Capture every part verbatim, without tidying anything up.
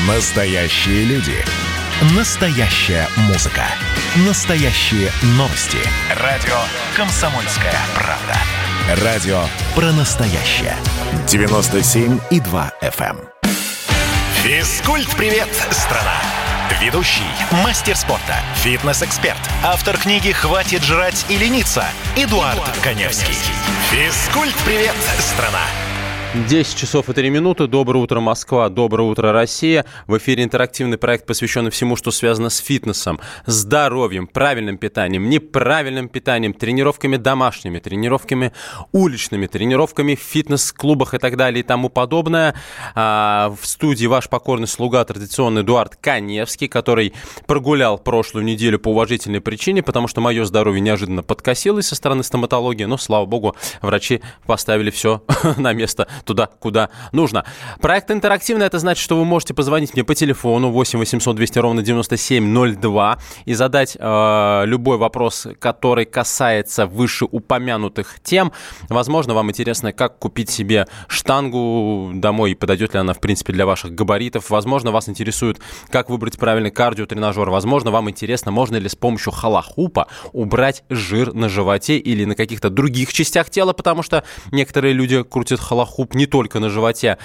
Настоящие люди. Настоящая музыка. Настоящие новости. Радио «Комсомольская правда». Радио про настоящее. девяносто семь и два эф эм. Физкульт-привет, страна! Ведущий, мастер спорта, фитнес-эксперт, автор книги «Хватит жрать и лениться» Эдуард, Эдуард Коневский. Физкульт-привет, страна! десять часов и три минуты. Доброе утро, Москва. Доброе утро, Россия. В эфире интерактивный проект, посвященный всему, что связано с фитнесом, здоровьем, правильным питанием, неправильным питанием, тренировками домашними, тренировками уличными, тренировками в фитнес-клубах и так далее и тому подобное. В студии ваш покорный слуга, традиционный Эдуард Коневский, который прогулял прошлую неделю по уважительной причине, потому что мое здоровье неожиданно подкосилось со стороны стоматологии, но, слава богу, врачи поставили все на место, туда, куда нужно. Проект интерактивный, это значит, что вы можете позвонить мне по телефону восемь восемьсот двести ровно девяносто семь ноль два и задать э, любой вопрос, который касается вышеупомянутых тем. Возможно, вам интересно, как купить себе штангу домой и подойдет ли она, в принципе, для ваших габаритов. Возможно, вас интересует, как выбрать правильный кардиотренажер. Возможно, вам интересно, можно ли с помощью хула-хупа убрать жир на животе или на каких-то других частях тела, потому что некоторые люди крутят хула-хуп не только на животе.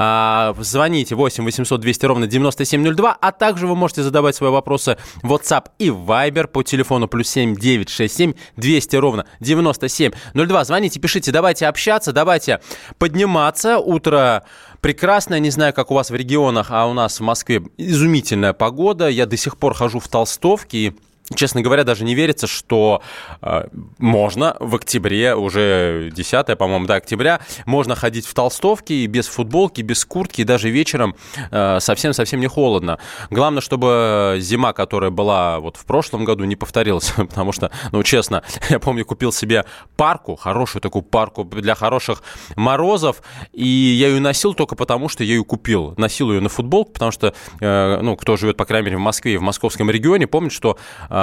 А, звоните восемь восемьсот двести ровно девяносто семь ноль два, а также вы можете задавать свои вопросы в WhatsApp и Viber по телефону плюс семь девятьсот шестьдесят семь двести ровно девяносто семь ноль два. Звоните, пишите, давайте общаться, давайте подниматься. Утро прекрасное, не знаю, как у вас в регионах, а у нас в Москве изумительная погода. Я до сих пор хожу в толстовке и, честно говоря, даже не верится, что э, можно в октябре, уже десятое, по-моему, да, октября, можно ходить в толстовке и без футболки, без куртки, и даже вечером э, совсем-совсем не холодно. Главное, чтобы зима, которая была вот в прошлом году, не повторилась, потому что, ну, честно, я помню, купил себе парку, хорошую такую парку для хороших морозов, и я ее носил только потому, что я ее купил. Носил ее на футболку, потому что, э, ну, кто живет, по крайней мере, в Москве и в московском регионе, помнит, что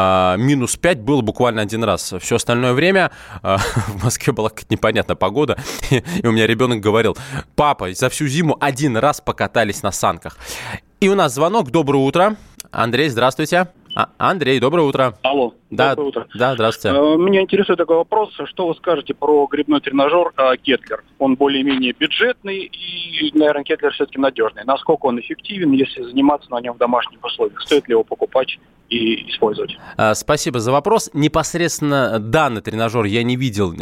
минус пять было буквально один раз. Все остальное время э, в Москве была какая-то непонятная погода. И, и у меня ребенок говорил: папа, за всю зиму один раз покатались на санках. И у нас звонок. Доброе утро. Андрей, здравствуйте. А, Андрей, доброе утро. Алло, да, доброе утро. Да, здравствуйте. Меня интересует такой вопрос. Что вы скажете про грибной тренажер Кеттлер? Он более-менее бюджетный и, наверное, Кеттлер все-таки надежный. Насколько он эффективен, если заниматься на нем в домашних условиях? Стоит ли его покупать и использовать? Спасибо за вопрос. Непосредственно данный тренажер я не видел,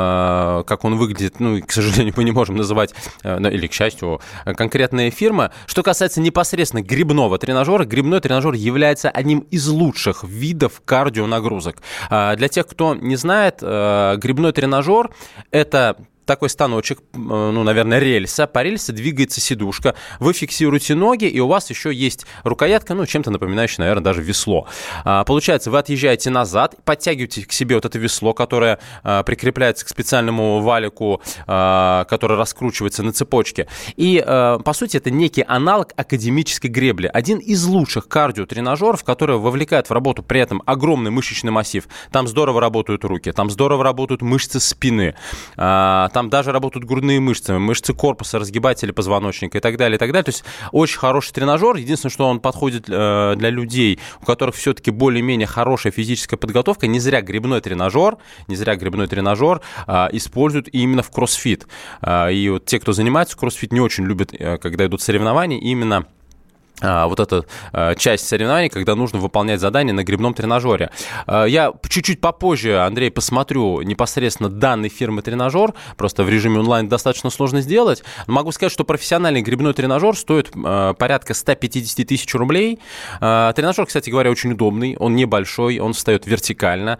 как он выглядит. Ну, к сожалению, мы не можем называть, или, к счастью, конкретные фирмы. Что касается непосредственно грибного тренажера, грибной тренажер является одним из лучших видов кардионагрузок. Для тех, кто не знает, грибной тренажер – это такой станочек, ну, наверное, рельса. По рельсе двигается сидушка. Вы фиксируете ноги, и у вас еще есть рукоятка, ну, чем-то напоминающая, наверное, даже весло. А, получается, вы отъезжаете назад, подтягиваете к себе вот это весло, которое а, прикрепляется к специальному валику, а, который раскручивается на цепочке. И, а, по сути, это некий аналог академической гребли. Один из лучших кардиотренажеров, который вовлекает в работу при этом огромный мышечный массив. Там здорово работают руки, там здорово работают мышцы спины, а, там даже работают грудные мышцы, мышцы корпуса, разгибатели позвоночника и так далее, и так далее. То есть очень хороший тренажер. Единственное, что он подходит э, для людей, у которых все-таки более-менее хорошая физическая подготовка. Не зря грибной тренажер, не зря грибной тренажер э, используют именно в кроссфит. Э, и вот те, кто занимается в кроссфит, не очень любят, э, когда идут соревнования, именно вот эта часть соревнований, когда нужно выполнять задания на грибном тренажере. Я чуть-чуть попозже, Андрей, посмотрю непосредственно данной фирмы тренажер, просто в режиме онлайн достаточно сложно сделать. Но могу сказать, что профессиональный грибной тренажер стоит порядка сто пятьдесят тысяч рублей. Тренажер, кстати говоря, очень удобный, он небольшой, он встает вертикально.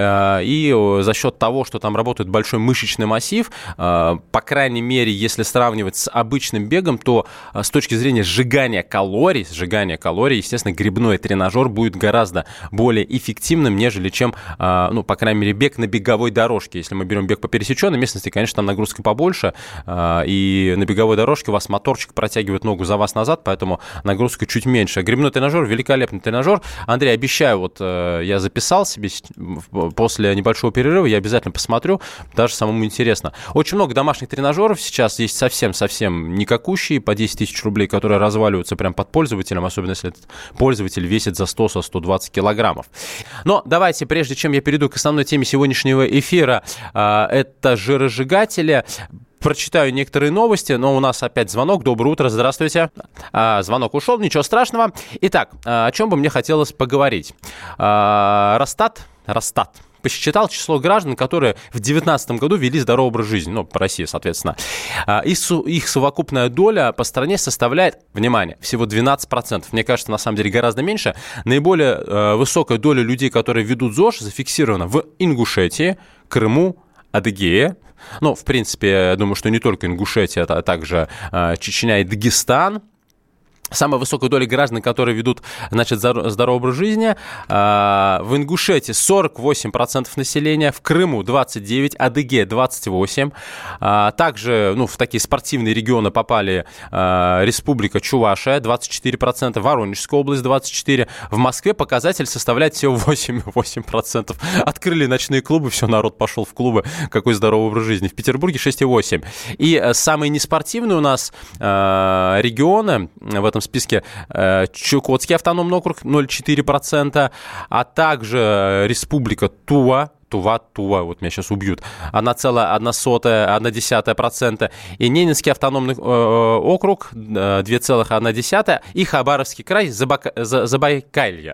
И за счет того, что там работает большой мышечный массив, по крайней мере, если сравнивать с обычным бегом, то с точки зрения сжигания калорий, сжигание калорий, естественно, грибной тренажер будет гораздо более эффективным, нежели чем, ну, по крайней мере, бег на беговой дорожке. Если мы берем бег по пересеченной местности, конечно, там нагрузка побольше, и на беговой дорожке у вас моторчик протягивает ногу за вас назад, поэтому нагрузка чуть меньше. Грибной тренажер, великолепный тренажер. Андрей, обещаю, вот я записал себе, после небольшого перерыва я обязательно посмотрю, даже самому интересно. Очень много домашних тренажеров сейчас есть совсем-совсем никакущие, по десять тысяч рублей, которые разваливаются прям под пользователем, особенно если этот пользователь весит за сто - сто двадцать килограммов. Но давайте, прежде чем я перейду к основной теме сегодняшнего эфира, это жиросжигатели. Прочитаю некоторые новости, но у нас опять звонок. Доброе утро, здравствуйте. А, звонок ушел, ничего страшного. Итак, о чем бы мне хотелось поговорить? А, Росстат, Росстат посчитал число граждан, которые в две тысячи девятнадцатом году вели здоровый образ жизни, ну, по России, соответственно. Их, их совокупная доля по стране составляет, внимание, всего двенадцать процентов. Мне кажется, на самом деле гораздо меньше. Наиболее э, высокая доля людей, которые ведут ЗОЖ, зафиксирована в Ингушетии, Крыму, Адыгее. Ну, в принципе, я думаю, что не только Ингушетия, а также э, Чечня и Дагестан. Самая высокая доля граждан, которые ведут, значит, здоровый образ жизни, в Ингушетии сорок восемь процентов населения, в Крыму двадцать девять процентов, Адыгея двадцать восемь процентов. Также, ну, в такие спортивные регионы попали Республика Чувашия двадцать четыре процента, Воронежская область двадцать четыре процента. В Москве показатель составляет всего восемь целых восемь десятых процента. Открыли ночные клубы, все, народ пошел в клубы. Какой здоровый образ жизни. В Петербурге шесть целых восемь десятых процента. И самые неспортивные у нас регионы в этом списке: Чукотский автономный округ ноль целых четыре десятых процента, а также Республика Тува, Тува, Тува, вот меня сейчас убьют, одна целая одна десятая процента, и Ненецкий автономный э, округ две целых одна десятая, и Хабаровский край, Забака, Забайкалье.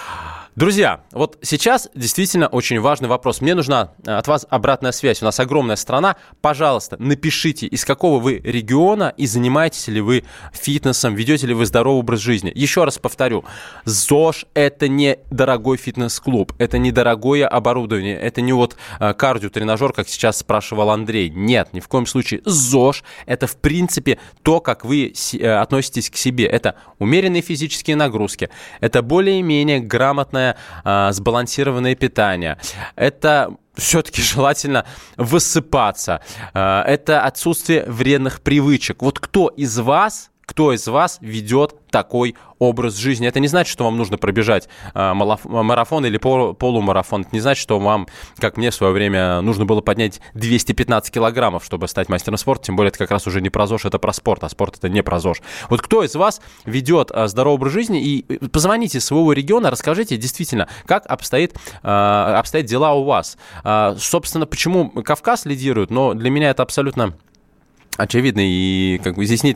Друзья, вот сейчас действительно очень важный вопрос. Мне нужна от вас обратная связь. У нас огромная страна. Пожалуйста, напишите, из какого вы региона и занимаетесь ли вы фитнесом, ведете ли вы здоровый образ жизни. Еще раз повторю, ЗОЖ – это не дорогой фитнес-клуб, это не дорогое оборудование, это не вот кардиотренажер, как сейчас спрашивал Андрей. Нет, ни в коем случае. ЗОЖ – это, в принципе, то, как вы относитесь к себе. Это умеренные физические нагрузки, это более-менее грамотное, сбалансированное питание. Это все-таки желательно высыпаться. Это отсутствие вредных привычек. Вот кто из вас, кто из вас ведет такой образ жизни? Это не значит, что вам нужно пробежать марафон или полумарафон. Это не значит, что вам, как мне в свое время, нужно было поднять двести пятнадцать килограммов, чтобы стать мастером спорта. Тем более, это как раз уже не про ЗОЖ, это про спорт, а спорт это не про ЗОЖ. Вот кто из вас ведет здоровый образ жизни? И позвоните из своего региона, расскажите действительно, как обстоит, обстоят дела у вас. Собственно, почему Кавказ лидирует, но для меня это абсолютно очевидно, и как бы здесь нет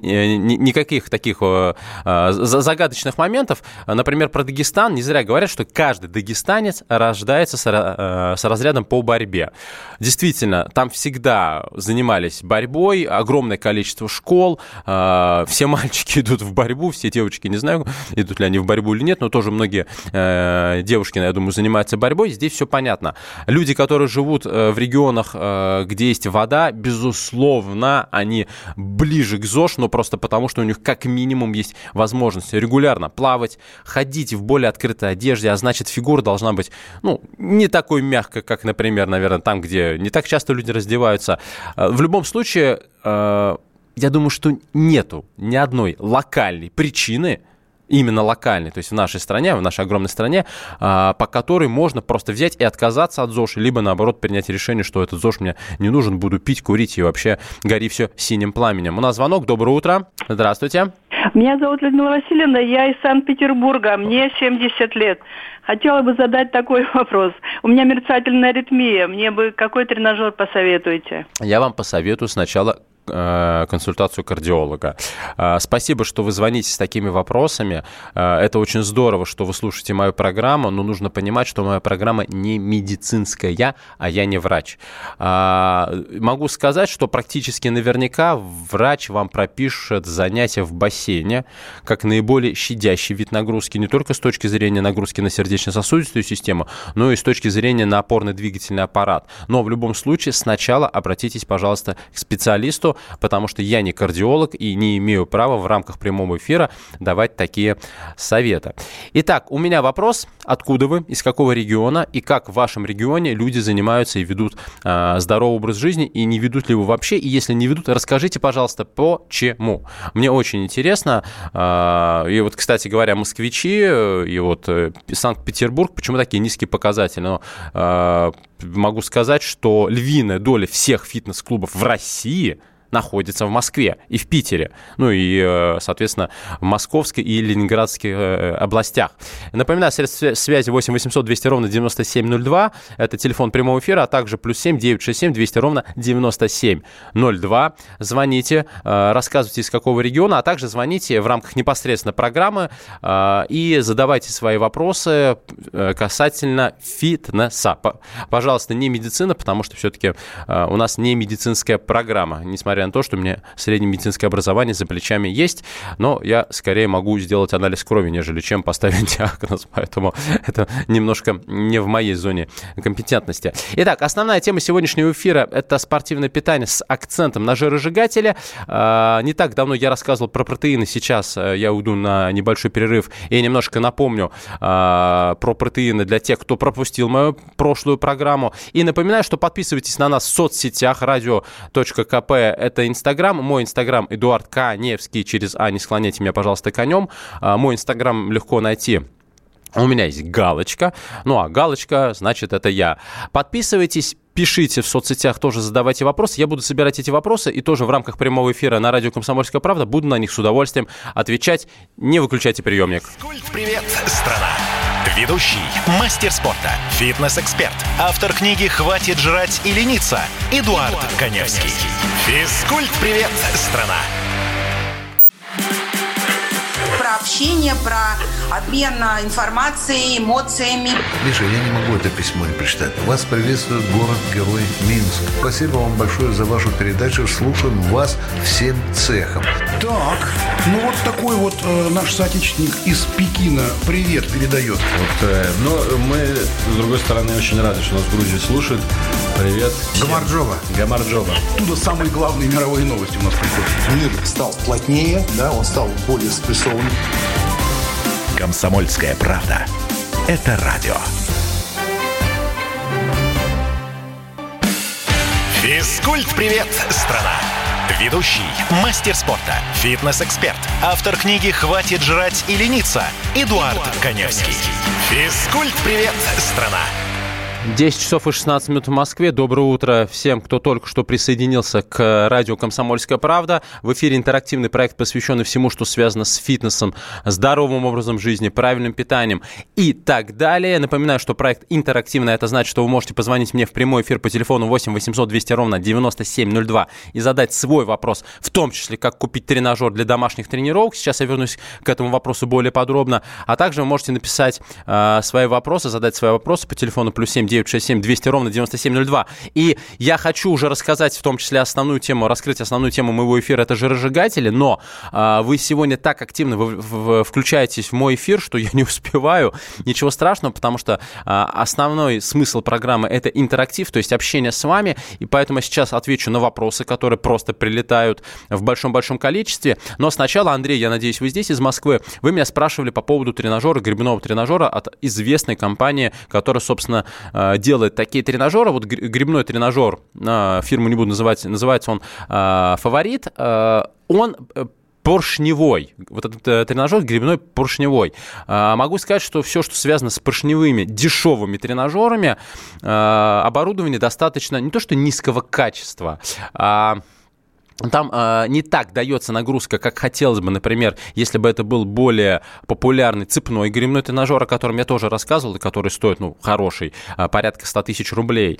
никаких таких э, загадочных моментов. Например, про Дагестан не зря говорят, что каждый дагестанец рождается с, э, с разрядом по борьбе. Действительно, там всегда занимались борьбой, огромное количество школ, э, все мальчики идут в борьбу, все девочки, не знаю, идут ли они в борьбу или нет, но тоже многие э, девушки, я думаю, занимаются борьбой. Здесь все понятно. Люди, которые живут в регионах, э, где есть вода, безусловно, они ближе к ЗОЖ, но просто потому, что у них как минимум есть возможность регулярно плавать, ходить в более открытой одежде, а значит, фигура должна быть, ну, не такой мягкой, как, например, наверное, там, где не так часто люди раздеваются. В любом случае, я думаю, что нету ни одной локальной причины, именно локальной, то есть в нашей стране, в нашей огромной стране, по которой можно просто взять и отказаться от ЗОЖ, либо, наоборот, принять решение, что этот ЗОЖ мне не нужен, буду пить, курить и вообще гори все синим пламенем. У нас звонок. Доброе утро. Здравствуйте. Меня зовут Людмила Васильевна, я из Санкт-Петербурга, мне семьдесят лет. Хотела бы задать такой вопрос. У меня мерцательная аритмия, мне бы какой тренажер посоветуете? Я вам посоветую сначала консультацию кардиолога. Спасибо, что вы звоните с такими вопросами. Это очень здорово, что вы слушаете мою программу, но нужно понимать, что моя программа не медицинская, а я не врач. Могу сказать, что практически наверняка врач вам пропишет занятия в бассейне как наиболее щадящий вид нагрузки, не только с точки зрения нагрузки на сердечно-сосудистую систему, но и с точки зрения на опорно-двигательный аппарат. Но в любом случае сначала обратитесь, пожалуйста, к специалисту, потому что я не кардиолог и не имею права в рамках прямого эфира давать такие советы. Итак, у меня вопрос: откуда вы, из какого региона и как в вашем регионе люди занимаются и ведут э, здоровый образ жизни, и не ведут ли вы вообще, и если не ведут, расскажите, пожалуйста, почему. Мне очень интересно. Э, и вот, кстати говоря, москвичи и вот э, Санкт-Петербург, почему такие низкие показатели? Но, э, могу сказать, что львиная доля всех фитнес-клубов в России находится в Москве и в Питере, ну и, соответственно, в Московской и Ленинградских областях. Напоминаю, средства связи восемь восемьсот двести ровно девяносто семь ноль два, это телефон прямого эфира, а также плюс семь девятьсот шестьдесят семь двести ровно девяносто семь ноль два. Звоните, рассказывайте, из какого региона, а также звоните в рамках непосредственно программы и задавайте свои вопросы касательно фитнеса. Пожалуйста, не медицина, потому что все-таки у нас не медицинская программа, несмотря на то, что у меня среднее медицинское образование за плечами есть, но я скорее могу сделать анализ крови, нежели чем поставить диагноз, поэтому это немножко не в моей зоне компетентности. Итак, основная тема сегодняшнего эфира – это спортивное питание с акцентом на жиросжигатели. Не так давно я рассказывал про протеины, сейчас я уйду на небольшой перерыв и немножко напомню про протеины для тех, кто пропустил мою прошлую программу. И напоминаю, что подписывайтесь на нас в соцсетях радио.кп. Это Инстаграм. Мой Инстаграм Эдуард Каневский. Через А не склоняйте меня, пожалуйста, конем. Мой Инстаграм легко найти. У меня есть галочка. Ну, а галочка, значит, это я. Подписывайтесь. Пишите в соцсетях, тоже задавайте вопросы. Я буду собирать эти вопросы и тоже в рамках прямого эфира на радио «Комсомольская правда» буду на них с удовольствием отвечать. Не выключайте приемник. Физкульт-привет, страна! Ведущий, мастер спорта, фитнес-эксперт, автор книги «Хватит жрать и лениться» Эдуард, Эдуард Каневский. Физкульт-привет, страна! Про общение, про обмен информацией, эмоциями. Миша, я не могу это письмо не прочитать. Вас приветствует город-герой Минск. Спасибо вам большое за вашу передачу. Слушаем вас всем цехом. Так, ну вот такой вот э, наш соотечественник из Пекина привет передает. Вот, э, но мы, с другой стороны, очень рады, что нас в Грузии слушают. Привет. Гамарджоба. Гамарджоба. Оттуда самые главные мировые новости у нас приходят. Мир стал плотнее, да, он стал более спрессованным. «Комсомольская правда» – это радио. Физкульт-привет, страна! Ведущий, мастер спорта, фитнес-эксперт, автор книги «Хватит жрать и лениться» Эдуард, Эдуард Каневский. Физкульт-привет, страна! десять часов и шестнадцать минут в Москве. Доброе утро всем, кто только что присоединился к радио «Комсомольская правда». В эфире интерактивный проект, посвященный всему, что связано с фитнесом, здоровым образом жизни, правильным питанием и так далее. Напоминаю, что проект интерактивный. Это значит, что вы можете позвонить мне в прямой эфир по телефону восемь восемьсот двести ровно девяносто семь ноль два и задать свой вопрос, в том числе, как купить тренажер для домашних тренировок. Сейчас я вернусь к этому вопросу более подробно. А также вы можете написать э, свои вопросы, задать свои вопросы по телефону плюс семь девятьсот шестьдесят семь двести ровно девяносто семь ноль два. И я хочу уже рассказать, в том числе, основную тему, раскрыть основную тему моего эфира, это жиросжигатели, но а, вы сегодня так активно в, в, включаетесь в мой эфир, что я не успеваю. Ничего страшного, потому что а, основной смысл программы – это интерактив, то есть общение с вами, и поэтому я сейчас отвечу на вопросы, которые просто прилетают в большом-большом количестве. Но сначала, Андрей, я надеюсь, вы здесь, из Москвы, вы меня спрашивали по поводу тренажера, гребного тренажера от известной компании, которая, собственно, делает такие тренажеры. Вот гребной тренажер, фирму не буду называть, называется он «Фаворит». Он поршневой. Вот этот тренажер гребной поршневой. Могу сказать, что все, что связано с поршневыми дешевыми тренажерами, оборудование достаточно не то что низкого качества, а там э, не так дается нагрузка, как хотелось бы, например, если бы это был более популярный цепной гребной тренажер, о котором я тоже рассказывал, и который стоит, ну, хороший, э, порядка сто тысяч рублей.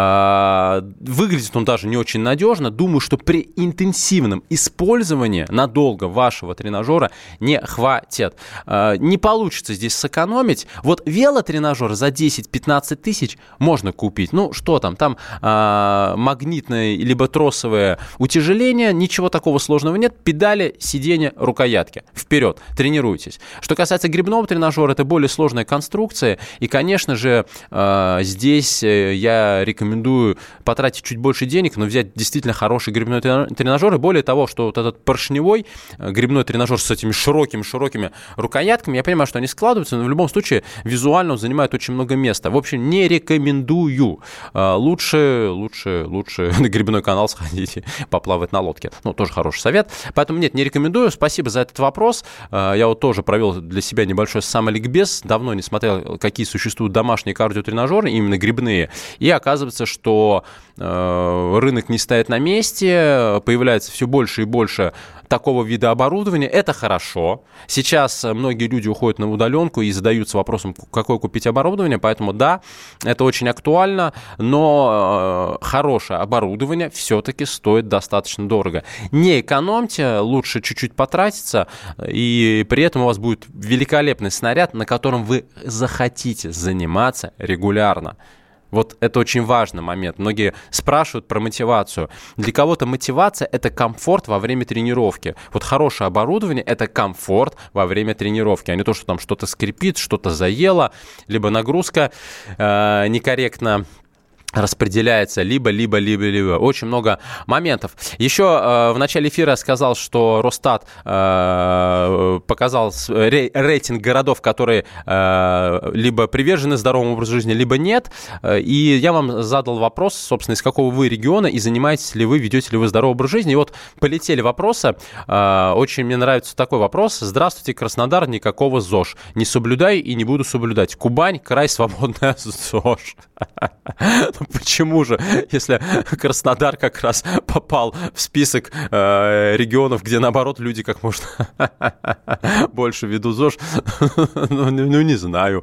Э, выглядит он даже не очень надежно. Думаю, что при интенсивном использовании надолго вашего тренажера не хватит. Э, не получится здесь сэкономить. Вот велотренажер за десять-пятнадцать тысяч можно купить. Ну, что там? Там э, магнитные либо тросовые утяжеления, ничего такого сложного нет. Педали, сиденья, рукоятки. Вперед, тренируйтесь. Что касается гребного тренажера, это более сложная конструкция. И, конечно же, здесь я рекомендую потратить чуть больше денег, но взять действительно хороший гребной тренажер. И более того, что вот этот поршневой гребной тренажер с этими широкими-широкими рукоятками, я понимаю, что они складываются, но в любом случае визуально он занимает очень много места. В общем, не рекомендую. Лучше, лучше, лучше на гребной канал сходите, поплавать делать на лодке. Ну, тоже хороший совет. Поэтому нет, не рекомендую. Спасибо за этот вопрос. Я вот тоже провел для себя небольшой самоликбез. Давно не смотрел, какие существуют домашние кардиотренажеры, именно грибные. И оказывается, что рынок не стоит на месте, появляется все больше и больше такого вида оборудования. Это хорошо. Сейчас многие люди уходят на удаленку и задаются вопросом, какое купить оборудование. Поэтому да, это очень актуально, но хорошее оборудование все-таки стоит достаточно дорого. Не экономьте, лучше чуть-чуть потратиться, и при этом у вас будет великолепный снаряд, на котором вы захотите заниматься регулярно. Вот это очень важный момент. Многие спрашивают про мотивацию. Для кого-то мотивация – это комфорт во время тренировки. Вот хорошее оборудование – это комфорт во время тренировки, а не то, что там что-то скрипит, что-то заело, либо нагрузка э, некорректно распределяется либо, либо, либо, либо. Очень много моментов. Еще э, в начале эфира я сказал, что Росстат э, показал рей- рейтинг городов, которые э, либо привержены здоровому образу жизни, либо нет. И я вам задал вопрос, собственно, из какого вы региона и занимаетесь ли вы, ведете ли вы здоровый образ жизни. И вот полетели вопросы. Э, очень мне нравится такой вопрос. Здравствуйте, Краснодар, никакого ЗОЖ. Не соблюдаю и не буду соблюдать. Кубань, край, свободная ЗОЖ. Почему же, если Краснодар как раз попал в список э, регионов, где, наоборот, люди как можно больше ведут ЗОЖ? ну, ну, не знаю.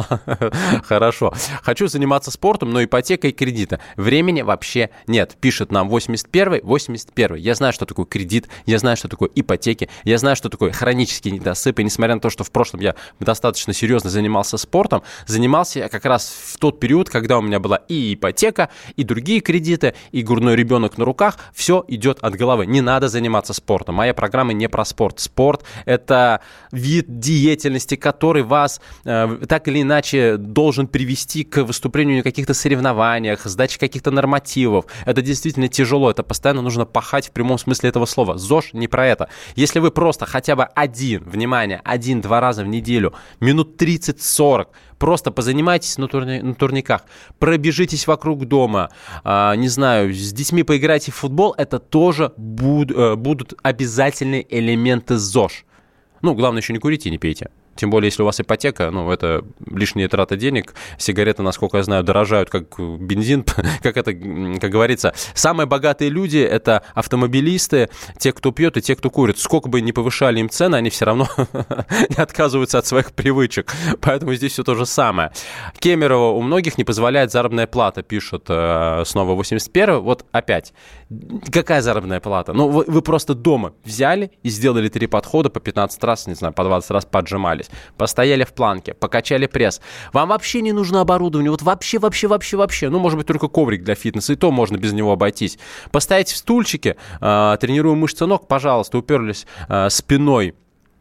Хорошо. Хочу заниматься спортом, но ипотека и кредита. Времени вообще нет. Пишет нам восемьдесят первый восемьдесят первый. Я знаю, что такое кредит, я знаю, что такое ипотеки, я знаю, что такое хронический недосып. И несмотря на то, что в прошлом я достаточно серьезно занимался спортом, занимался я как раз в тот период, когда у меня была и ипотека, и другие кредиты, и грудной ребенок на руках, все идет от головы. Не надо заниматься спортом. Моя программа не про спорт. Спорт – это вид деятельности, который вас э, так или иначе должен привести к выступлению на каких-то соревнованиях, сдаче каких-то нормативов. Это действительно тяжело, это постоянно нужно пахать в прямом смысле этого слова. ЗОЖ не про это. Если вы просто хотя бы один, внимание, один-два раза в неделю, минут тридцать-сорок, просто позанимайтесь на, турни- на турниках, пробежитесь вокруг дома, э, не знаю, с детьми поиграйте в футбол, это тоже буд- э, будут обязательные элементы ЗОЖ. Ну, главное, еще не курите и не пейте. Тем более, если у вас ипотека, ну, это лишняя трата денег. Сигареты, насколько я знаю, дорожают, как бензин, как это, как говорится. Самые богатые люди – это автомобилисты, те, кто пьет, и те, кто курит. Сколько бы ни повышали им цены, они все равно не отказываются от своих привычек. Поэтому здесь все то же самое. Кемерово у многих не позволяет заработная плата, пишет э, снова восемьдесят первый. Вот опять. Какая заработная плата? Ну, вы, вы просто дома взяли и сделали три подхода по пятнадцать раз, не знаю, по двадцать раз поджимались. Постояли в планке, покачали пресс. Вам вообще не нужно оборудование. Вот вообще, вообще, вообще, вообще. Ну, может быть, только коврик для фитнеса, и то можно без него обойтись. Постоять в стульчике, э, тренируем мышцы ног, пожалуйста, уперлись э, спиной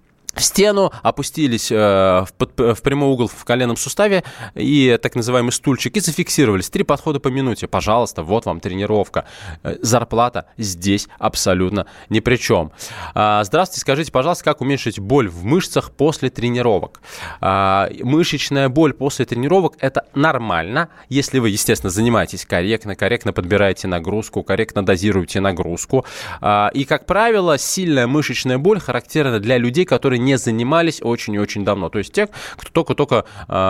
в стену, опустились э, в, под, в прямой угол в коленном суставе и так называемый стульчик, и зафиксировались. Три подхода по минуте. Пожалуйста, вот вам тренировка. Зарплата здесь абсолютно ни при чем. А, здравствуйте, скажите, пожалуйста, как уменьшить боль в мышцах после тренировок? А, мышечная боль после тренировок – это нормально, если вы, естественно, занимаетесь корректно, корректно подбираете нагрузку, корректно дозируете нагрузку. А, и, как правило, сильная мышечная боль характерна для людей, которые не занимались очень и очень давно. То есть те, кто только-только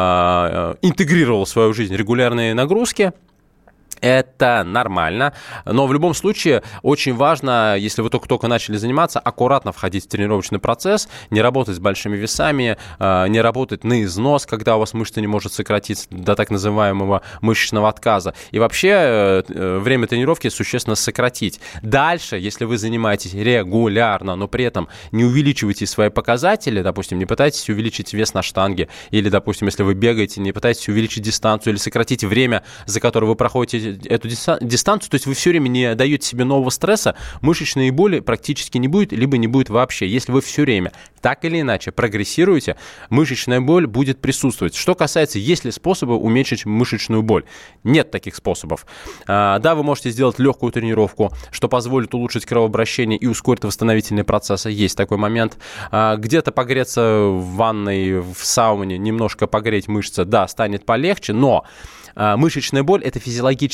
э, интегрировал в свою жизнь регулярные нагрузки. Это нормально, но в любом случае очень важно, если вы только-только начали заниматься, аккуратно входить в тренировочный процесс, не работать с большими весами, не работать на износ, когда у вас мышца не может сократиться до так называемого мышечного отказа. И вообще время тренировки существенно сократить. Дальше, если вы занимаетесь регулярно, но при этом не увеличиваете свои показатели, допустим, не пытаетесь увеличить вес на штанге, или, допустим, если вы бегаете, не пытаетесь увеличить дистанцию или сократить время, за которое вы проходите эту дистанцию, то есть вы все время не даете себе нового стресса, мышечной боли практически не будет, либо не будет вообще. Если вы все время так или иначе прогрессируете, мышечная боль будет присутствовать. Что касается, есть ли способы уменьшить мышечную боль? Нет таких способов. А, да, вы можете сделать легкую тренировку, что позволит улучшить кровообращение и ускорит восстановительные процессы. Есть такой момент. А, где-то погреться в ванной, в сауне, немножко погреть мышцы, да, станет полегче, но мышечная боль – это физиологический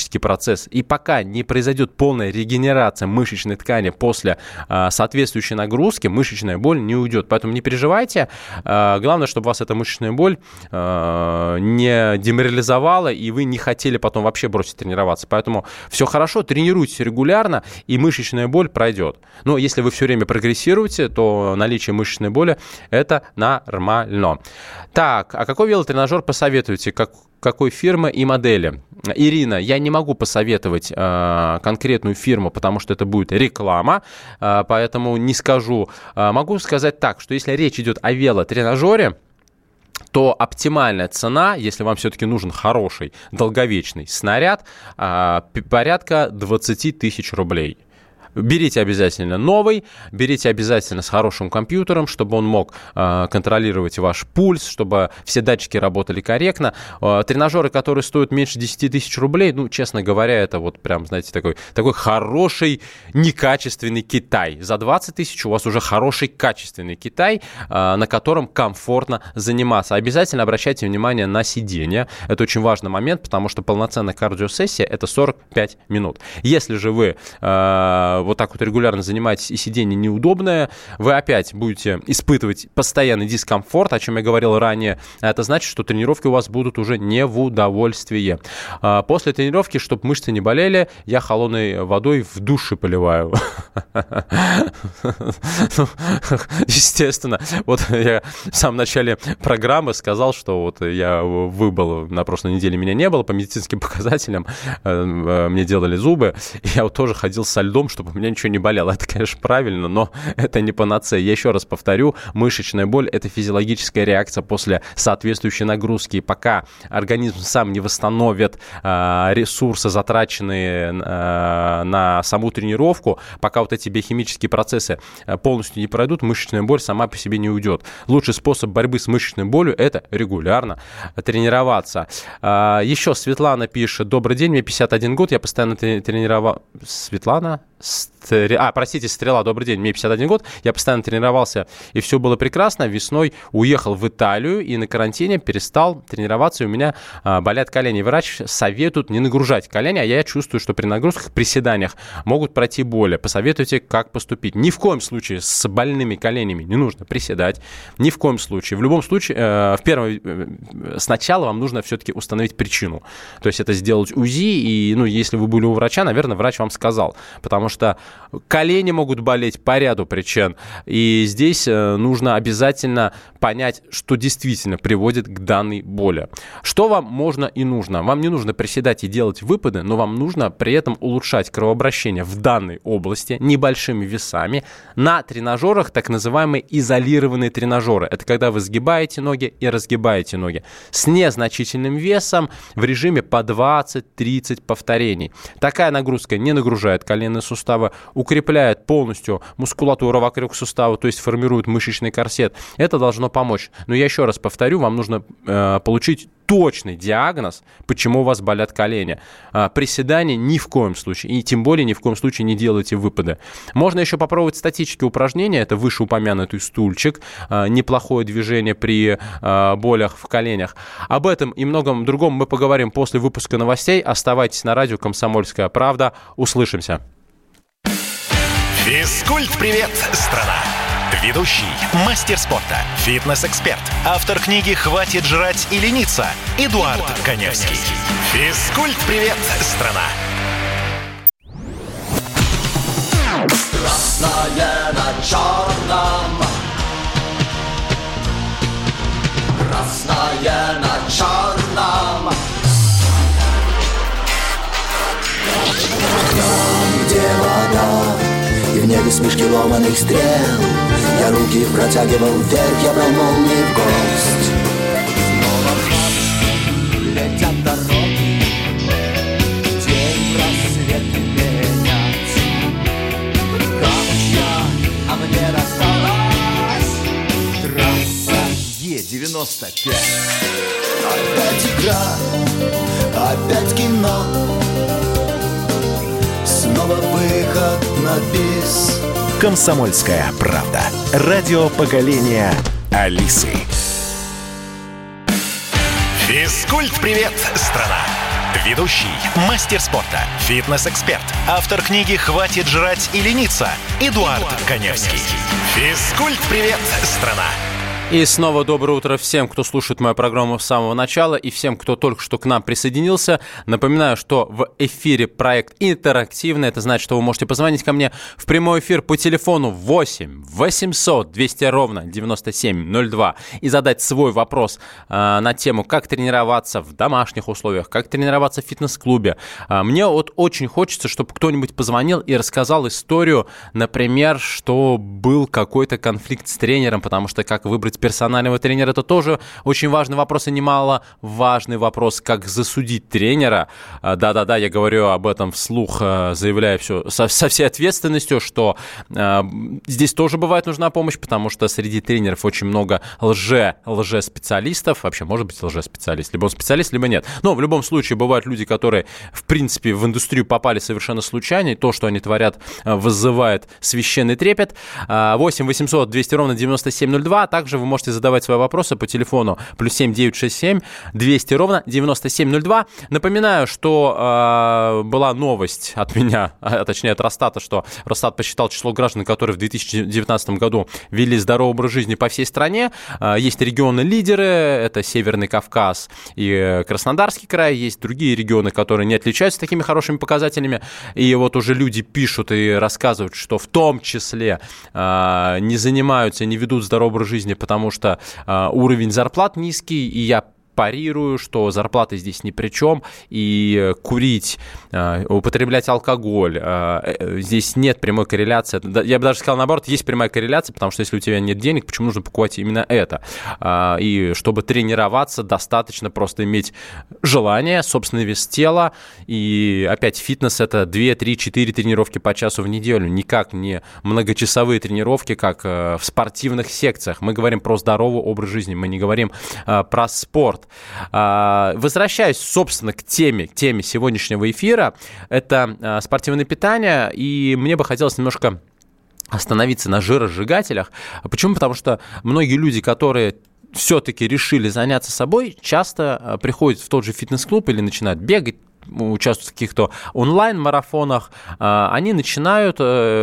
химический процесс, и пока не произойдет полная регенерация мышечной ткани после э, соответствующей нагрузки, мышечная боль не уйдет. Поэтому не переживайте. Э, главное, чтобы вас эта мышечная боль э, не деморализовала, и вы не хотели потом вообще бросить тренироваться. Поэтому все хорошо, тренируйтесь регулярно, и мышечная боль пройдет. Но если вы все время прогрессируете, то наличие мышечной боли – это нормально. Так, а какой велотренажер посоветуете? Как, какой фирмы и модели? Ирина, я не могу посоветовать э, конкретную фирму, потому что это будет реклама, э, поэтому не скажу. Э, могу сказать так, что если речь идет о велотренажере, то оптимальная цена, если вам все-таки нужен хороший, долговечный снаряд, э, порядка двадцать тысяч рублей. Берите обязательно новый, берите обязательно с хорошим компьютером, чтобы он мог э, контролировать ваш пульс, чтобы все датчики работали корректно. Э, тренажеры, которые стоят меньше десять тысяч рублей, ну, честно говоря, это вот прям, знаете, такой, такой хороший, некачественный Китай. За двадцать тысяч у вас уже хороший, качественный Китай, э, на котором комфортно заниматься. Обязательно обращайте внимание на сиденье. Это очень важный момент, потому что полноценная кардиосессия – это сорок пять минут. Если же вы э, вот так вот регулярно занимаетесь и сиденье неудобное, вы опять будете испытывать постоянный дискомфорт, о чем я говорил ранее. Это значит, что тренировки у вас будут уже не в удовольствие. После тренировки, чтобы мышцы не болели, я холодной водой в душе поливаю. Естественно. Вот я в самом начале программы сказал, что вот я выбыл, на прошлой неделе меня не было, по медицинским показателям мне делали зубы, и я вот тоже ходил со льдом, чтобы у меня ничего не болело. Это, конечно, правильно, но это не панацея. Я еще раз повторю, мышечная боль – это физиологическая реакция после соответствующей нагрузки. И пока организм сам не восстановит э, ресурсы, затраченные э, на саму тренировку, пока вот эти биохимические процессы полностью не пройдут, мышечная боль сама по себе не уйдет. Лучший способ борьбы с мышечной болью – это регулярно тренироваться. Э, еще Светлана пишет: добрый день, мне пятьдесят один год, я постоянно тренировал... Светлана? А, простите, Стрела, добрый день, мне пятьдесят один год, я постоянно тренировался, и все было прекрасно. Весной уехал в Италию и на карантине перестал тренироваться, и у меня а, болят колени. Врач советует не нагружать колени, а я чувствую, что при нагрузках, приседаниях могут пройти боли. Посоветуйте, как поступить. Ни в коем случае с больными коленями не нужно приседать, ни в коем случае. В любом случае, э, в первом, э, сначала вам нужно все-таки установить причину. То есть это сделать УЗИ, и, ну, если вы были у врача, наверное, врач вам сказал, потому что что колени могут болеть по ряду причин, и здесь нужно обязательно понять, что действительно приводит к данной боли. Что вам можно и нужно? Вам не нужно приседать и делать выпады, но вам нужно при этом улучшать кровообращение в данной области небольшими весами на тренажерах, так называемые изолированные тренажеры. Это когда вы сгибаете ноги и разгибаете ноги с незначительным весом в режиме по двадцать-тридцать повторений. Такая нагрузка не нагружает коленные суставы, укрепляет полностью мускулатуру вокруг сустава, то есть формирует мышечный корсет. Это должно помочь. Но я еще раз повторю, вам нужно э, получить точный диагноз, почему у вас болят колени. А, приседания ни в коем случае, и тем более ни в коем случае не делайте выпады. Можно еще попробовать статические упражнения, это вышеупомянутый стульчик, а, неплохое движение при а, болях в коленях. Об этом и многом другом мы поговорим после выпуска новостей. Оставайтесь на радио «Комсомольская правда». Услышимся. Физкульт-привет, страна! Ведущий, мастер спорта, фитнес-эксперт, автор книги «Хватит жрать и лениться» Эдуард, Эдуард Коневский. Физкульт-привет, страна! Красное на черном, красное на черном. Там, где вода, и в небе смешки ломаных стрел, я руки протягивал вверх, я брал молнии в гость. Снова летят дороги, день просвет менять. Камушья, а мне рассталась трасса Е девяносто пять. Опять игра, опять кино, снова выход на бис. «Комсомольская правда». Радио поколения Алисы. Физкульт-привет, страна! Ведущий, мастер спорта, фитнес-эксперт, автор книги «Хватит жрать и лениться» Эдуард, Эдуард Коневский. Физкульт-привет, страна! И снова доброе утро всем, кто слушает мою программу с самого начала, и всем, кто только что к нам присоединился. Напоминаю, что в эфире проект интерактивный. Это значит, что вы можете позвонить ко мне в прямой эфир по телефону восемь восемьсот двести ровно девяносто семь ноль два и задать свой вопрос э, на тему, как тренироваться в домашних условиях, как тренироваться в фитнес-клубе. Э, мне вот очень хочется, чтобы кто-нибудь позвонил и рассказал историю, например, что был какой-то конфликт с тренером, потому что как выбрать персонального тренера, это тоже очень важный вопрос и немало важный вопрос, как засудить тренера. Да-да-да, я говорю об этом вслух, заявляя все со, со всей ответственностью, что э, здесь тоже бывает нужна помощь, потому что среди тренеров очень много лже, лже-специалистов. Вообще, может быть, лже-специалист. Либо он специалист, либо нет. Но в любом случае бывают люди, которые, в принципе, в индустрию попали совершенно случайно, и то, что они творят, вызывает священный трепет. восемь восемьсот двести ровно девяносто семь ноль два, а также вы можете задавать свои вопросы по телефону плюс семь девятьсот шестьдесят семь двести ровно девяносто семь ноль два. Напоминаю, что э, была новость от меня, а точнее от Росстата, что Росстат посчитал число граждан, которые в две тысячи девятнадцатом году вели здоровый образ жизни по всей стране. Э, есть регионы-лидеры, это Северный Кавказ и Краснодарский край. Есть другие регионы, которые не отличаются такими хорошими показателями. И вот уже люди пишут и рассказывают, что в том числе э, не занимаются, не ведут здоровый образ жизни, потому потому что э, уровень зарплат низкий, и я парирую, что зарплаты здесь ни при чем, и курить, э, употреблять алкоголь, э, здесь нет прямой корреляции. Я бы даже сказал наоборот, есть прямая корреляция, потому что если у тебя нет денег, почему нужно покупать именно это? Э, и чтобы тренироваться, достаточно просто иметь желание, собственный вес тела, и опять фитнес — это две, три, четыре тренировки по часу в неделю, никак не многочасовые тренировки, как э, в спортивных секциях. Мы говорим про здоровый образ жизни, мы не говорим э, про спорт. Возвращаясь, собственно, к теме, к теме сегодняшнего эфира, это спортивное питание, и мне бы хотелось немножко остановиться на жиросжигателях. Почему? Потому что многие люди, которые все-таки решили заняться собой, часто приходят в тот же фитнес-клуб или начинают бегать, участвуют в каких-то онлайн-марафонах, они начинают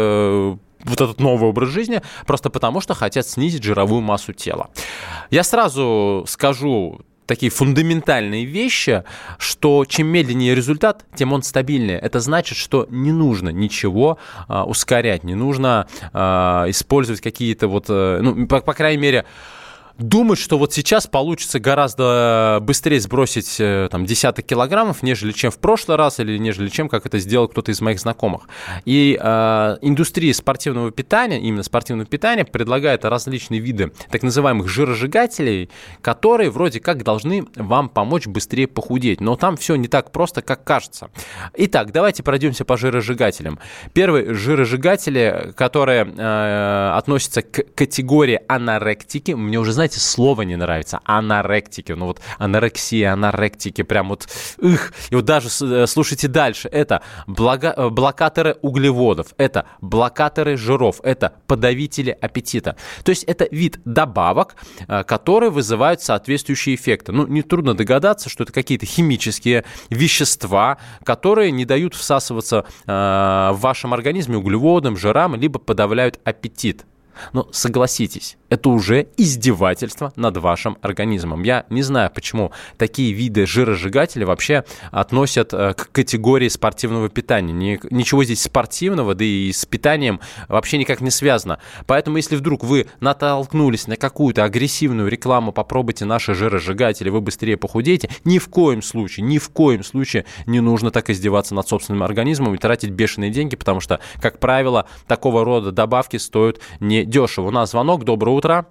вот этот новый образ жизни просто потому, что хотят снизить жировую массу тела. Я сразу скажу такие фундаментальные вещи, что чем медленнее результат, тем он стабильнее. Это значит, что не нужно ничего а, ускорять, не нужно а, использовать какие-то вот, ну, по, по крайней мере, думать, что вот сейчас получится гораздо быстрее сбросить там, десяток килограммов, нежели чем в прошлый раз, или нежели чем, как это сделал кто-то из моих знакомых. И э, индустрия спортивного питания, именно спортивного питания, предлагает различные виды так называемых жиросжигателей, которые вроде как должны вам помочь быстрее похудеть. Но там все не так просто, как кажется. Итак, давайте пройдемся по жиросжигателям. Первые жиросжигатели, которые э, относятся к категории аноректики, мне уже, знаете, слово не нравится. Аноректики. Ну вот анорексия, аноректики. Прям вот их. И вот даже слушайте дальше. Это блага, блокаторы углеводов. Это блокаторы жиров. Это подавители аппетита. То есть это вид добавок, которые вызывают соответствующие эффекты. Ну, нетрудно догадаться, что это какие-то химические вещества, которые не дают всасываться э, в вашем организме углеводам, жирам, либо подавляют аппетит. Но согласитесь, это уже издевательство над вашим организмом. Я не знаю, почему такие виды жиросжигателей вообще относят к категории спортивного питания. Ничего здесь спортивного, да и с питанием вообще никак не связано. Поэтому, если вдруг вы натолкнулись на какую-то агрессивную рекламу, попробуйте наши жиросжигатели, вы быстрее похудеете, ни в коем случае, ни в коем случае не нужно так издеваться над собственным организмом и тратить бешеные деньги, потому что, как правило, такого рода добавки стоят не дешево. У нас звонок. Доброе утро.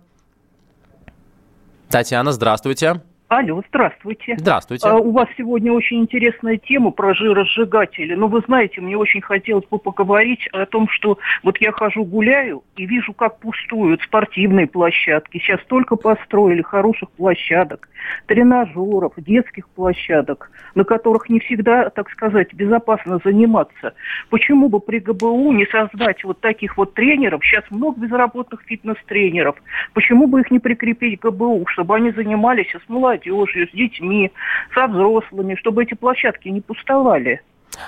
Татьяна, здравствуйте. Алло, здравствуйте. Здравствуйте. А, у вас сегодня очень интересная тема про жиросжигатели. Но вы знаете, мне очень хотелось бы поговорить о том, что вот я хожу гуляю и вижу, как пустуют спортивные площадки. Сейчас только построили хороших площадок, тренажеров, детских площадок, на которых не всегда, так сказать, безопасно заниматься. Почему бы при ГБУ не создать вот таких вот тренеров? Сейчас много безработных фитнес-тренеров. Почему бы их не прикрепить к ГБУ, чтобы они занимались с молодежью, молодежью, с детьми, со взрослыми, чтобы эти площадки не пустовали.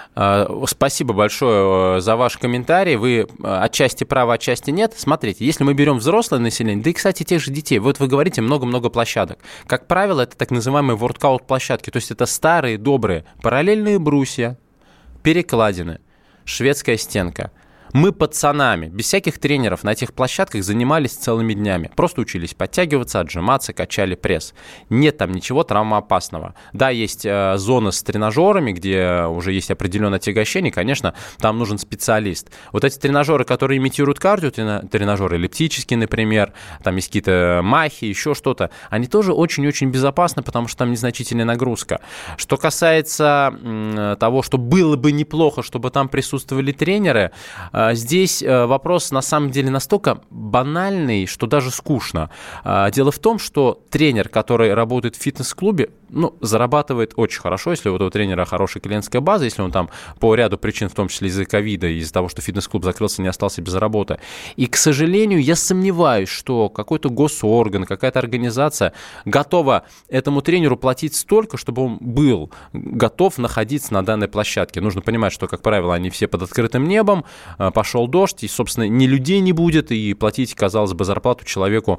Спасибо большое за ваш комментарий. Вы отчасти правы, отчасти нет. Смотрите, если мы берем взрослое население, да и, кстати, тех же детей, вот вы говорите много-много площадок. Как правило, это так называемые воркаут-площадки, то есть это старые, добрые, параллельные брусья, перекладины, шведская стенка. Мы пацанами, без всяких тренеров, на этих площадках занимались целыми днями. Просто учились подтягиваться, отжиматься, качали пресс. Нет там ничего травмоопасного. Да, есть э, зоны с тренажерами, где уже есть определенное отягощение. Конечно, там нужен специалист. Вот эти тренажеры, которые имитируют кардио, тренажеры эллиптические, например, там есть какие-то махи, еще что-то, они тоже очень-очень безопасны, потому что там незначительная нагрузка. Что касается э, того, что было бы неплохо, чтобы там присутствовали тренеры, здесь вопрос на самом деле настолько банальный, что даже скучно. Дело в том, что тренер, который работает в фитнес-клубе, ну, зарабатывает очень хорошо, если у этого тренера хорошая клиентская база, если он там по ряду причин, в том числе из-за ковида, из-за того, что фитнес-клуб закрылся, не остался без работы. И, к сожалению, я сомневаюсь, что какой-то госорган, какая-то организация готова этому тренеру платить столько, чтобы он был готов находиться на данной площадке. Нужно понимать, что, как правило, они все под открытым небом, пошел дождь, и, собственно, ни людей не будет, и платить, казалось бы, зарплату человеку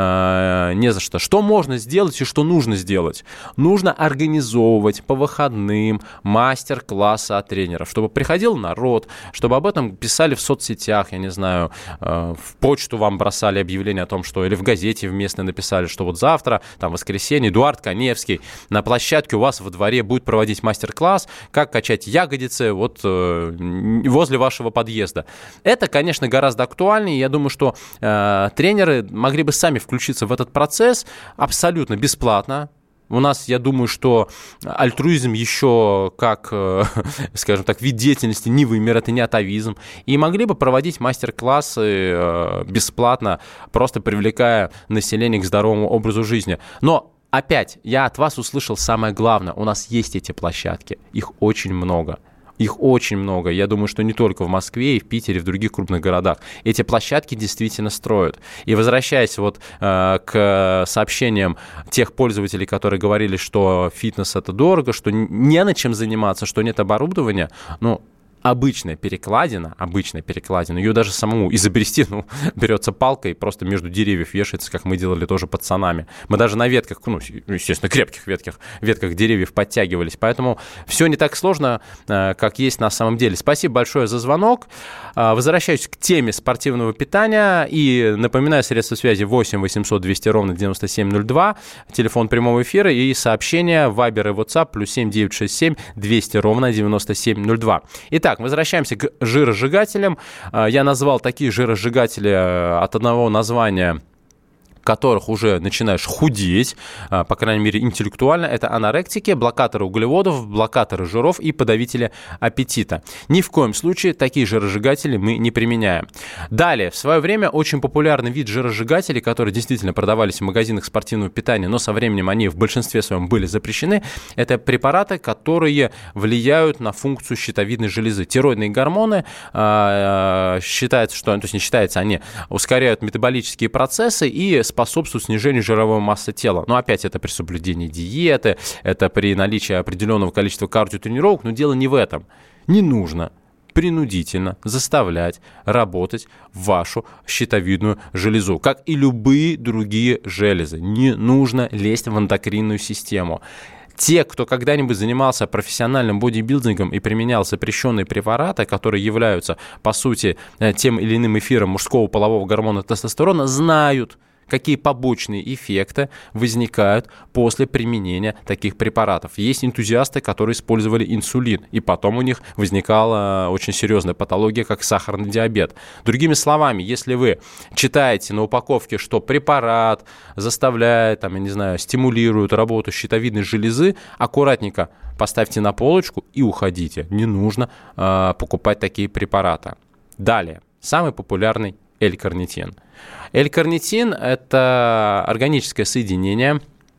э, не за что. Что можно сделать и что нужно сделать? Нужно организовывать по выходным мастер-классы от тренеров, чтобы приходил народ, чтобы об этом писали в соцсетях, я не знаю, э, в почту вам бросали объявление о том, что, или в газете в местной написали, что вот завтра, там, воскресенье, Эдуард Каневский на площадке у вас во дворе будет проводить мастер-класс, как качать ягодицы вот э, возле вашего подъезда. Это, конечно, гораздо актуальнее. Я думаю, что э, тренеры могли бы сами включиться в этот процесс абсолютно бесплатно. У нас, я думаю, что альтруизм еще как, э, скажем так, вид деятельности не вымер, это не атовизм. И могли бы проводить мастер-классы э, бесплатно, просто привлекая население к здоровому образу жизни. Но опять, я от вас услышал самое главное. У нас есть эти площадки. Их очень много. Их очень много. Я думаю, что не только в Москве, и в Питере, и в других крупных городах. Эти площадки действительно строят. И возвращаясь вот э, к сообщениям тех пользователей, которые говорили, что фитнес – это дорого, что не на чем заниматься, что нет оборудования, ну, обычная перекладина, обычная перекладина, ее даже самому изобрести, ну, берется палка и просто между деревьев вешается, как мы делали тоже пацанами. Мы даже на ветках, ну, естественно, крепких ветках, ветках деревьев подтягивались, поэтому все не так сложно, как есть на самом деле. Спасибо большое за звонок. Возвращаюсь к теме спортивного питания и напоминаю, средства связи восемь восемьсот двести ровно девяносто семь ноль два, телефон прямого эфира и сообщения Viber и WhatsApp плюс семь девятьсот шестьдесят семь двести ровно девяносто семь ноль два. Итак, возвращаемся к жиросжигателям. Я назвал такие жиросжигатели от одного названия, которых уже начинаешь худеть, по крайней мере, интеллектуально. Это аноректики, блокаторы углеводов, блокаторы жиров и подавители аппетита. Ни в коем случае такие жиросжигатели мы не применяем. Далее, в свое время очень популярный вид жиросжигателей, которые действительно продавались в магазинах спортивного питания, но со временем они в большинстве своем были запрещены, это препараты, которые влияют на функцию щитовидной железы. Тироидные гормоны, э, считается, что, то есть не считается, они ускоряют метаболические процессы и способствует снижению жировой массы тела. Но опять это при соблюдении диеты, это при наличии определенного количества кардиотренировок, но дело не в этом. Не нужно принудительно заставлять работать вашу щитовидную железу, как и любые другие железы. Не нужно лезть в эндокринную систему. Те, кто когда-нибудь занимался профессиональным бодибилдингом и применял запрещенные препараты, которые являются, по сути, тем или иным эфиром мужского полового гормона тестостерона, знают, какие побочные эффекты возникают после применения таких препаратов. Есть энтузиасты, которые использовали инсулин, и потом у них возникала очень серьезная патология, как сахарный диабет. Другими словами, если вы читаете на упаковке, что препарат заставляет, там, я не знаю, стимулирует работу щитовидной железы, аккуратненько поставьте на полочку и уходите. Не нужно э, покупать такие препараты. Далее, самый популярный L-карнитин. L-карнитин – это органическое соединение,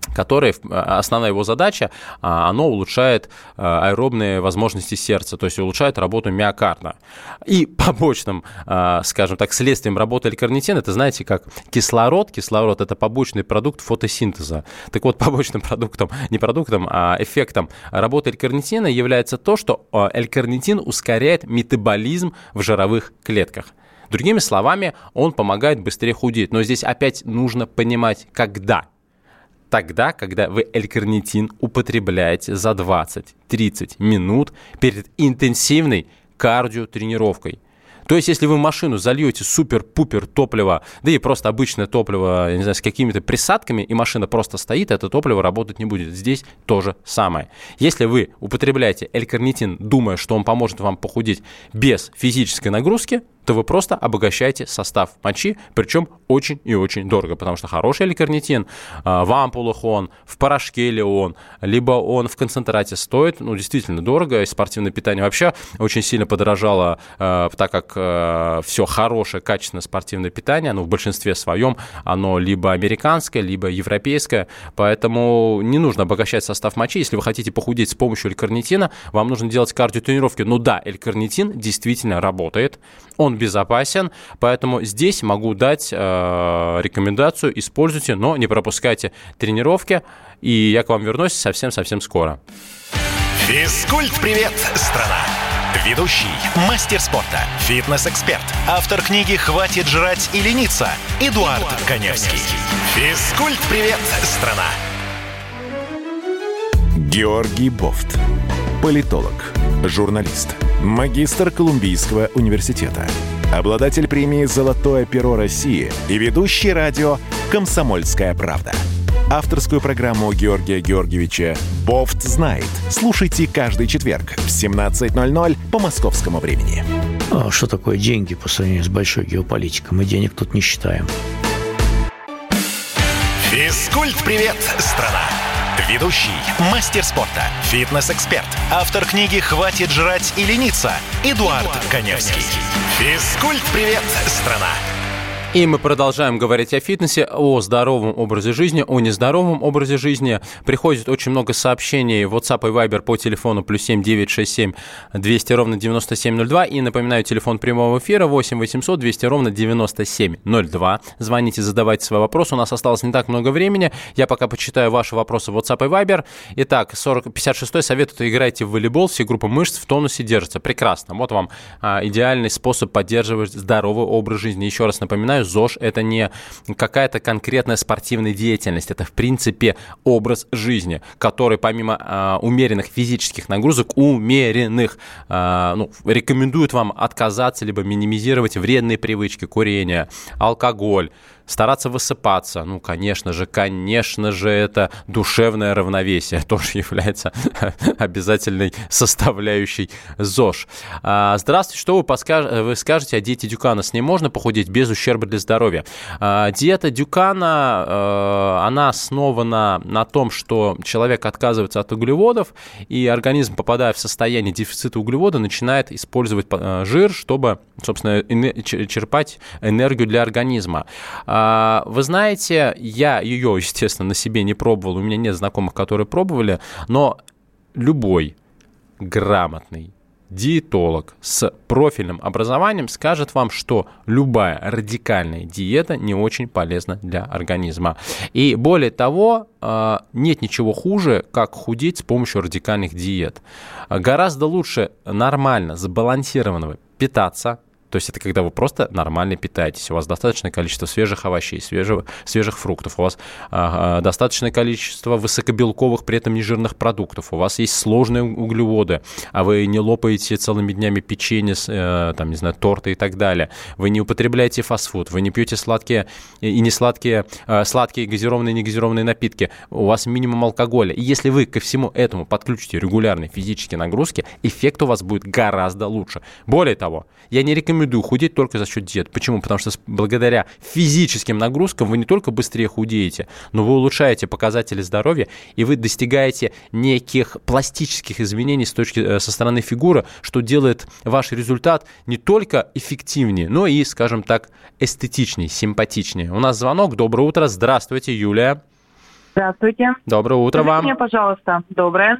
который, основная его задача, оно улучшает аэробные возможности сердца, то есть улучшает работу миокарда. И побочным, скажем так, следствием работы L-карнитина, это, знаете, как кислород. Кислород – это побочный продукт фотосинтеза. Так вот, побочным продуктом, не продуктом, а эффектом работы L-карнитина является то, что L-карнитин ускоряет метаболизм в жировых клетках. Другими словами, он помогает быстрее худеть. Но здесь опять нужно понимать, когда. Тогда, когда вы L-карнитин употребляете за двадцать-тридцать минут перед интенсивной кардиотренировкой. То есть, если вы в машину зальете супер-пупер топливо, да и просто обычное топливо, я не знаю, с какими-то присадками, и машина просто стоит, это топливо работать не будет. Здесь то же самое. Если вы употребляете L-карнитин, думая, что он поможет вам похудеть без физической нагрузки, то вы просто обогащаете состав мочи, причем очень и очень дорого, потому что хороший L-карнитин в ампулах он, в порошке ли он, либо он в концентрате стоит, ну, действительно дорого, и спортивное питание вообще очень сильно подорожало, так как все хорошее, качественное спортивное питание, оно в большинстве своем, оно либо американское, либо европейское, поэтому не нужно обогащать состав мочи. Если вы хотите похудеть с помощью L-карнитина, вам нужно делать кардиотренировки. Ну да, L-карнитин действительно работает, он безопасен, поэтому здесь могу дать э, рекомендацию, используйте, но не пропускайте тренировки, и я к вам вернусь совсем-совсем скоро. Физкульт-привет, страна! Ведущий, мастер спорта, фитнес-эксперт, автор книги «Хватит жрать и лениться» Эдуард, Эдуард Коневский. Физкульт-привет, страна! Георгий Бофт. Политолог, журналист, магистр Колумбийского университета, обладатель премии «Золотое перо России» и ведущий радио «Комсомольская правда». Авторскую программу Георгия Георгиевича «Бофт знает». Слушайте каждый четверг в семнадцать ноль ноль по московскому времени. А что такое деньги по сравнению с большой геополитикой? Мы денег тут не считаем. Физкульт-привет, страна! Ведущий, мастер спорта, фитнес-эксперт, автор книги «Хватит жрать и лениться» Эдуард, Эдуард Коневский. Физкульт-привет, страна! И мы продолжаем говорить о фитнесе, о здоровом образе жизни, о нездоровом образе жизни. Приходит очень много сообщений в WhatsApp и Viber по телефону плюс семь девятьсот шестьдесят семь двести ровно девяносто семь ноль два. И напоминаю, телефон прямого эфира восемь восемьсот двести ровно девяносто семь ноль два. Звоните, задавайте свой вопрос. У нас осталось не так много времени. Я пока почитаю ваши вопросы в WhatsApp и Viber. Итак, сорок, пятьдесят шестой советует: играйте в волейбол, все группы мышц в тонусе держатся. Прекрасно. Вот вам а, идеальный способ поддерживать здоровый образ жизни. Еще раз напоминаю, ЗОЖ – это не какая-то конкретная спортивная деятельность, это, в принципе, образ жизни, который помимо э, умеренных физических нагрузок, умеренных, э, ну, рекомендует вам отказаться либо минимизировать вредные привычки, курение, алкоголь, стараться высыпаться. Ну, конечно же, конечно же, это душевное равновесие тоже является обязательной составляющей ЗОЖ. Здравствуйте, что вы, подскаж... вы скажете о диете Дюкана? С ней можно похудеть без ущерба для здоровья? Диета Дюкана, она основана на том, что человек отказывается от углеводов, и организм, попадая в состояние дефицита углевода, начинает использовать жир, чтобы, собственно, черпать энергию для организма. Вы знаете, я ее, естественно, на себе не пробовал, у меня нет знакомых, которые пробовали, но любой грамотный диетолог с профильным образованием скажет вам, что любая радикальная диета не очень полезна для организма. И более того, нет ничего хуже, как худеть с помощью радикальных диет. Гораздо лучше нормально, сбалансированного питаться. То есть это когда вы просто нормально питаетесь, у вас достаточное количество свежих овощей, свежих, свежих фруктов, у вас а, достаточное количество высокобелковых, при этом нежирных продуктов, у вас есть сложные углеводы, а вы не лопаете целыми днями печенье, э, там, не знаю, торты и так далее, вы не употребляете фастфуд, вы не пьете сладкие и не сладкие, э, сладкие газированные и негазированные напитки, у вас минимум алкоголя. И если вы ко всему этому подключите регулярные физические нагрузки, эффект у вас будет гораздо лучше. Более того, я не рекомендую худеть только за счет диет. Почему? Потому что благодаря физическим нагрузкам вы не только быстрее худеете, но вы улучшаете показатели здоровья, и вы достигаете неких пластических изменений с точки, со стороны фигуры, что делает ваш результат не только эффективнее, но и, скажем так, эстетичнее, симпатичнее. У нас звонок. Доброе утро. Здравствуйте, Юлия. Здравствуйте. Доброе утро Скажите вам. мне, пожалуйста, доброе.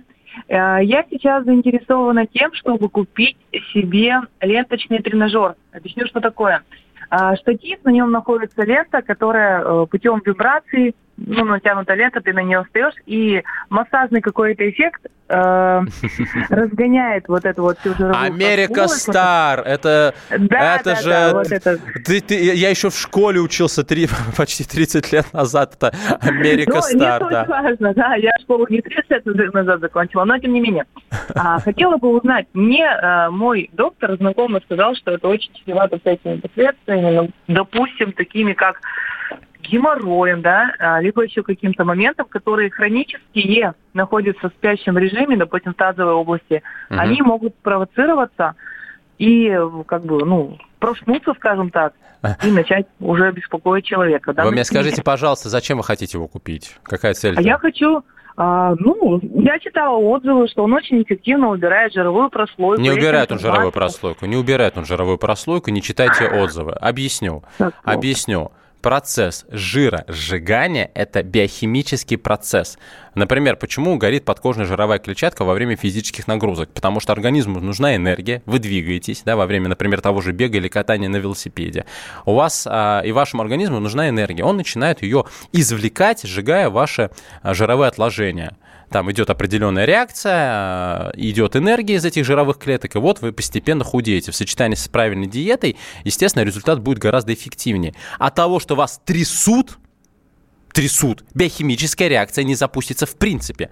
Я сейчас заинтересована тем, чтобы купить себе ленточный тренажер. Объясню, что такое. Штатив, на нем находится лента, которая путем вибрации, ну, натянута лента, ты на нее встаешь, и массажный какой-то эффект э, разгоняет вот эту вот всю жировую... Америка Стар, это, да, это да, же... Да, вот это. Ты, ты, я еще в школе учился три, почти тридцать лет назад, это Америка Стар, ну, да. Не важно, да, я школу не тридцать лет назад закончила, но тем не менее. А, хотела бы узнать, мне а, мой доктор знакомый сказал, что это очень чревато всякими последствиями, ну, допустим, такими как геморроем, да, либо еще каким-то моментом, которые хронические находятся в спящем режиме, допустим, в тазовой области, угу. Они могут спровоцироваться и, как бы, ну, проснуться, скажем так, и начать уже беспокоить человека. Вы мне скажите, пожалуйста, зачем вы хотите его купить? Какая цель? А я хочу... А, ну, я читала отзывы, что он очень эффективно убирает жировую прослойку. Не убирает он жировую прослойку, не убирает он жировую прослойку, не читайте отзывы. Объясню, так, объясню. Процесс жиросжигания – это биохимический процесс. Например, почему горит подкожная жировая клетчатка во время физических нагрузок? Потому что организму нужна энергия, вы двигаетесь, да, во время, например, того же бега или катания на велосипеде. У вас а, и вашему организму нужна энергия. Он начинает ее извлекать, сжигая ваши а, жировые отложения. Там идет определенная реакция, идет энергия из этих жировых клеток, и вот вы постепенно худеете. В сочетании с правильной диетой, естественно, результат будет гораздо эффективнее. От того, что вас трясут, трясут, биохимическая реакция не запустится в принципе.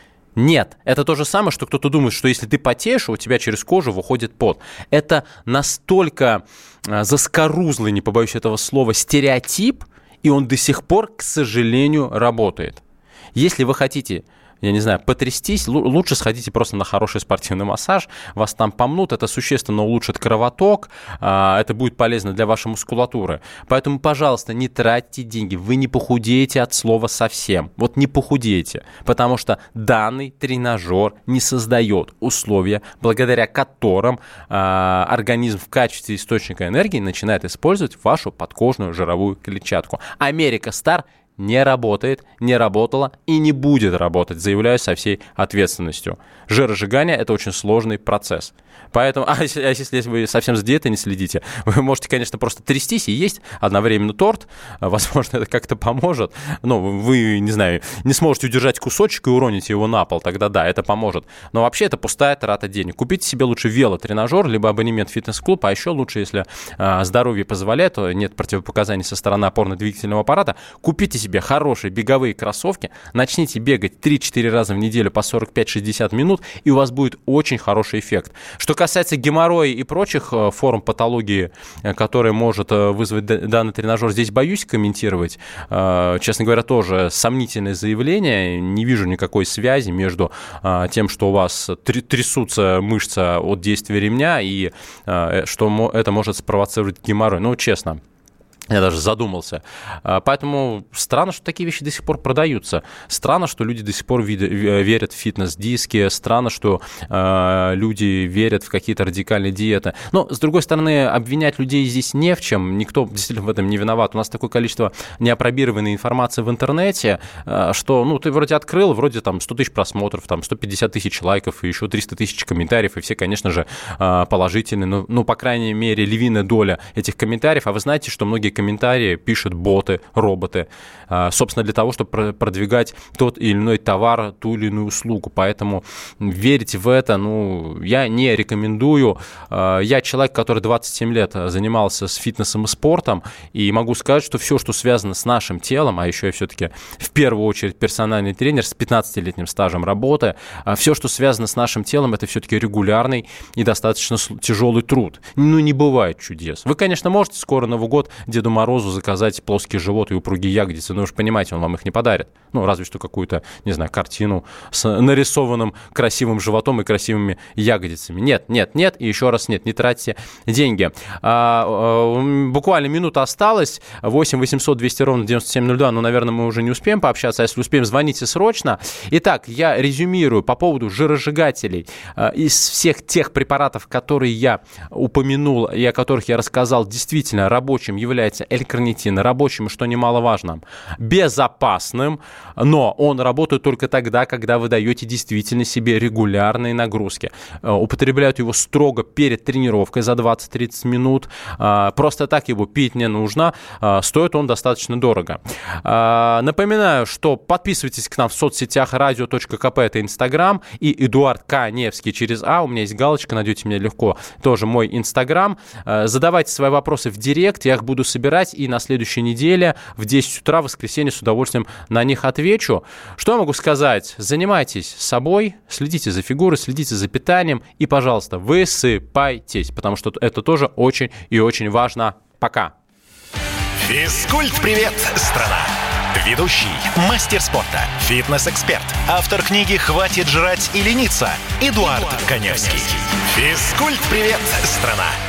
Нет, это то же самое, что кто-то думает, что если ты потеешь, у тебя через кожу выходит пот. Это настолько заскорузлый, не побоюсь этого слова, стереотип, и он до сих пор, к сожалению, работает. Если вы хотите... я не знаю, потрястись, лучше сходите просто на хороший спортивный массаж, вас там помнут, это существенно улучшит кровоток, это будет полезно для вашей мускулатуры. Поэтому, пожалуйста, не тратьте деньги, вы не похудеете от слова совсем, вот не похудеете, потому что данный тренажер не создает условия, благодаря которым организм в качестве источника энергии начинает использовать вашу подкожную жировую клетчатку. Америка Стар не работает, не работала и не будет работать, заявляю со всей ответственностью. Жиросжигание – это очень сложный процесс. Поэтому, а если, а если вы совсем с диетой не следите, вы можете, конечно, просто трястись и есть одновременно торт. Возможно, это как-то поможет. Но вы, не знаю, не сможете удержать кусочек и уроните его на пол. Тогда да, это поможет. Но вообще это пустая трата денег. Купите себе лучше велотренажер, либо абонемент в фитнес-клуб. А еще лучше, если а, здоровье позволяет, нет противопоказаний со стороны опорно-двигательного аппарата, купите себе хорошие беговые кроссовки, начните бегать три-четыре раза в неделю по сорок пять-шестьдесят минут, и у вас будет очень хороший эффект. Что касается геморроя и прочих форм патологии, которые может вызвать данный тренажер, здесь боюсь комментировать. Честно говоря, тоже сомнительное заявление. Не вижу никакой связи между тем, что у вас трясутся мышцы от действия ремня, и что это может спровоцировать геморрой. Ну, честно. Я даже задумался. Поэтому странно, что такие вещи до сих пор продаются. Странно, что люди до сих пор верят в фитнес-диски. Странно, что э, люди верят в какие-то радикальные диеты. Но, с другой стороны, обвинять людей здесь не в чем. Никто действительно в этом не виноват. У нас такое количество неопробированной информации в интернете, э, что, ну, ты вроде открыл, вроде там сто тысяч просмотров, там сто пятьдесят тысяч лайков и еще триста тысяч комментариев, и все, конечно же, э, положительные. Ну, ну, по крайней мере, львиная доля этих комментариев. А вы знаете, что многие комментарии пишут боты, роботы, собственно, для того, чтобы продвигать тот или иной товар, ту или иную услугу. Поэтому верить в это, ну, я не рекомендую. Я человек, который двадцать семь лет занимался с фитнесом и спортом, и могу сказать, что все, что связано с нашим телом, а еще я все-таки в первую очередь персональный тренер с пятнадцатилетним стажем работы, все, что связано с нашим телом, это все-таки регулярный и достаточно тяжелый труд. Ну, не бывает чудес. Вы, конечно, можете скоро Новый год Деду Морозу заказать плоский живот и упругие ягодицы, но вы же понимаете, он вам их не подарит. Ну, разве что какую-то, не знаю, картину с нарисованным красивым животом и красивыми ягодицами. Нет, нет, нет, и еще раз нет, не тратьте деньги. А, а, буквально минута осталась. восемь восемьсот двести ровно девяносто семь ноль два. Ну, наверное, мы уже не успеем пообщаться. А если успеем, звоните срочно. Итак, я резюмирую по поводу жиросжигателей. Из всех тех препаратов, которые я упомянул и о которых я рассказал, действительно рабочим является является L-карнитин рабочим, что немаловажно, безопасным, но он работает только тогда, когда вы даете действительно себе регулярные нагрузки. Употребляют его строго перед тренировкой за двадцать-тридцать минут. Просто так его пить не нужно. Стоит он достаточно дорого. Напоминаю, что подписывайтесь к нам в соцсетях радио.кп, это Инстаграм, и Эдуард Каневский через А. У меня есть галочка, найдете меня легко. Тоже мой Инстаграм. Задавайте свои вопросы в директ, я их буду собирать, и на следующей неделе в десять утра, в воскресенье, с удовольствием на них отвечу. Что я могу сказать? Занимайтесь собой, следите за фигурой, следите за питанием и, пожалуйста, высыпайтесь, потому что это тоже очень и очень важно. Пока. Физкульт-привет, страна! Ведущий, мастер спорта, фитнес-эксперт, автор книги «Хватит жрать и лениться» Эдуард Каневский. Физкульт-привет, страна!